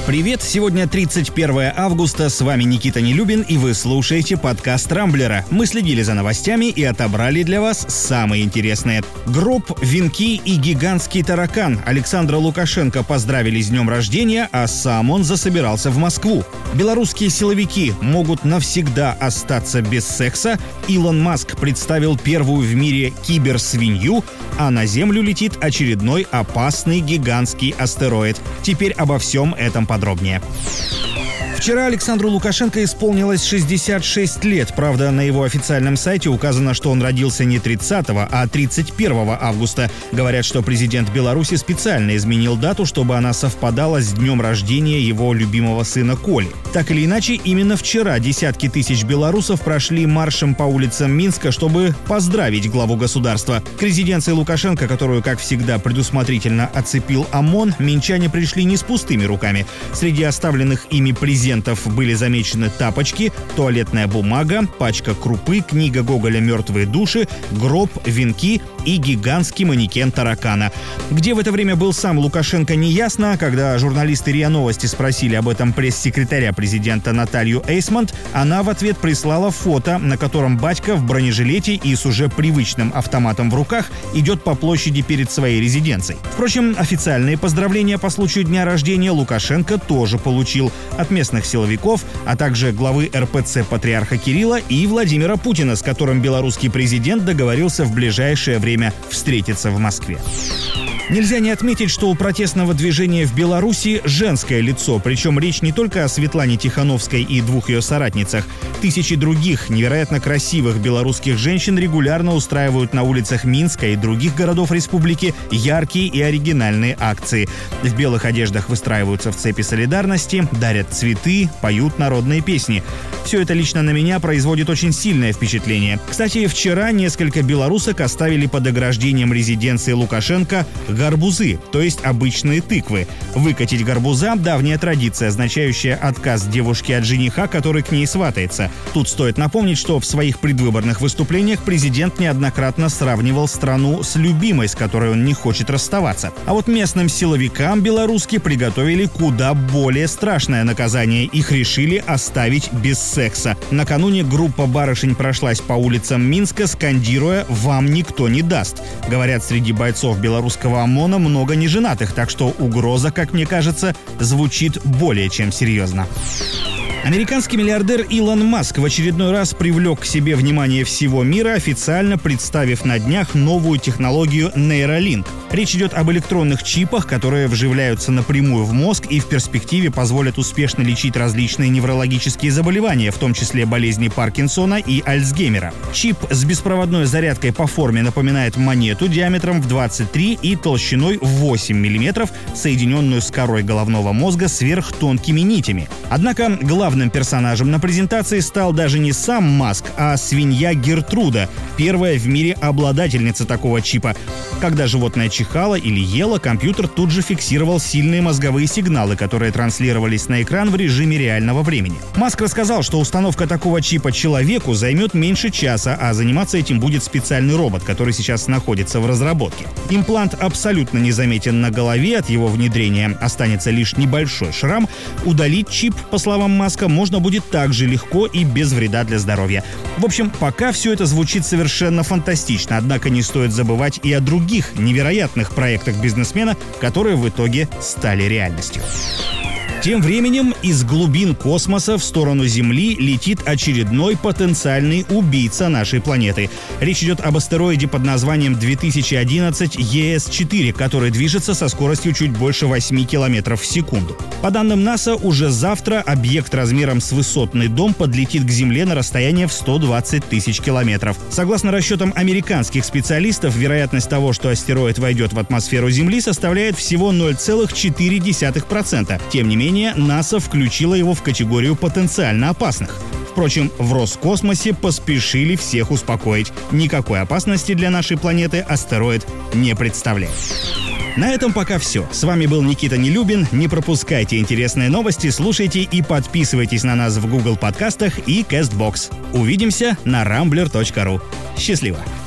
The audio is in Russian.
Привет! Сегодня 31 августа, с вами Никита Нелюбин, и вы слушаете подкаст «Рамблера». Мы следили за новостями и отобрали для вас самые интересные. Гроб, венки и гигантский таракан. Александра Лукашенко поздравили с днем рождения, а сам он засобирался в Москву. Белорусские силовики могут навсегда остаться без секса. Илон Маск представил первую в мире киберсвинью, а на Землю летит очередной опасный гигантский астероид. Теперь обо всем этом подробнее. Вчера Александру Лукашенко исполнилось 66 лет. Правда, на его официальном сайте указано, что он родился не 30, а 31 августа. Говорят, что президент Беларуси специально изменил дату, чтобы она совпадала с днем рождения его любимого сына Коли. Так или иначе, именно вчера десятки тысяч белорусов прошли маршем по улицам Минска, чтобы поздравить главу государства. К резиденции Лукашенко, которую, как всегда, предусмотрительно оцепил ОМОН, минчане пришли не с пустыми руками. Среди оставленных ими презентов были замечены тапочки, туалетная бумага, пачка крупы, книга Гоголя «Мертвые души», гроб, венки и гигантский манекен таракана. Где в это время был сам Лукашенко, неясно. Когда журналисты РИА Новости спросили об этом пресс-секретаря президента Наталью Эйсмонт, она в ответ прислала фото, на котором батька в бронежилете и с уже привычным автоматом в руках идет по площади перед своей резиденцией. Впрочем, официальные поздравления по случаю дня рождения Лукашенко тоже получил от местных силовиков, а также главы РПЦ патриарха Кирилла и Владимира Путина, с которым белорусский президент договорился в ближайшее время встретиться в Москве. Нельзя не отметить, что у протестного движения в Беларуси женское лицо, причем речь не только о Светлане Тихановской и двух ее соратницах. Тысячи других невероятно красивых белорусских женщин регулярно устраивают на улицах Минска и других городов республики яркие и оригинальные акции. В белых одеждах выстраиваются в цепи солидарности, дарят цветы, поют народные песни. Все это лично на меня производит очень сильное впечатление. Кстати, вчера несколько белорусок оставили под ограждением резиденции Лукашенко гарбузы, то есть обычные тыквы. Выкатить гарбуза – давняя традиция, означающая отказ девушки от жениха, который к ней сватается. Тут стоит напомнить, что в своих предвыборных выступлениях президент неоднократно сравнивал страну с любимой, с которой он не хочет расставаться. А вот местным силовикам белорусские приготовили куда более страшное наказание. Их решили оставить без секса. Накануне группа барышень прошлась по улицам Минска, скандируя «Вам никто не даст». Говорят, среди бойцов белорусского ОМОНа много неженатых, так что угроза, как мне кажется, звучит более чем серьезно. Американский миллиардер Илон Маск в очередной раз привлек к себе внимание всего мира, официально представив на днях новую технологию Neuralink. Речь идет об электронных чипах, которые вживляются напрямую в мозг и в перспективе позволят успешно лечить различные неврологические заболевания, в том числе болезни Паркинсона и Альцгеймера. Чип с беспроводной зарядкой по форме напоминает монету диаметром в 23 и толщиной в 8 мм, соединенную с корой головного мозга сверхтонкими нитями. Однако главным персонажем на презентации стал даже не сам Маск, а свинья Гертруда, первая в мире обладательница такого чипа. Когда животное чихало или ело, компьютер тут же фиксировал сильные мозговые сигналы, которые транслировались на экран в режиме реального времени. Маск рассказал, что установка такого чипа человеку займет меньше часа, а заниматься этим будет специальный робот, который сейчас находится в разработке. Имплант абсолютно незаметен на голове, от его внедрения останется лишь небольшой шрам. Удалить чип, по словам Маска, можно будет так же легко и без вреда для здоровья. В общем, пока все это звучит совершенно фантастично, однако не стоит забывать и о других невероятных проектах бизнесмена, которые в итоге стали реальностью. Тем временем из глубин космоса в сторону Земли летит очередной потенциальный убийца нашей планеты. Речь идет об астероиде под названием 2011 ЕС-4, который движется со скоростью чуть больше 8 км в секунду. По данным НАСА, уже завтра объект размером с высотный дом подлетит к Земле на расстояние в 120 тысяч километров. Согласно расчетам американских специалистов, вероятность того, что астероид войдет в атмосферу Земли, составляет всего 0,4%. Тем не менее, НАСА включила его в категорию потенциально опасных. Впрочем, в Роскосмосе поспешили всех успокоить. Никакой опасности для нашей планеты астероид не представляет. На этом пока все. С вами был Никита Нелюбин. Не пропускайте интересные новости, слушайте и подписывайтесь на нас в Google подкастах и CastBox. Увидимся на rambler.ru. Счастливо!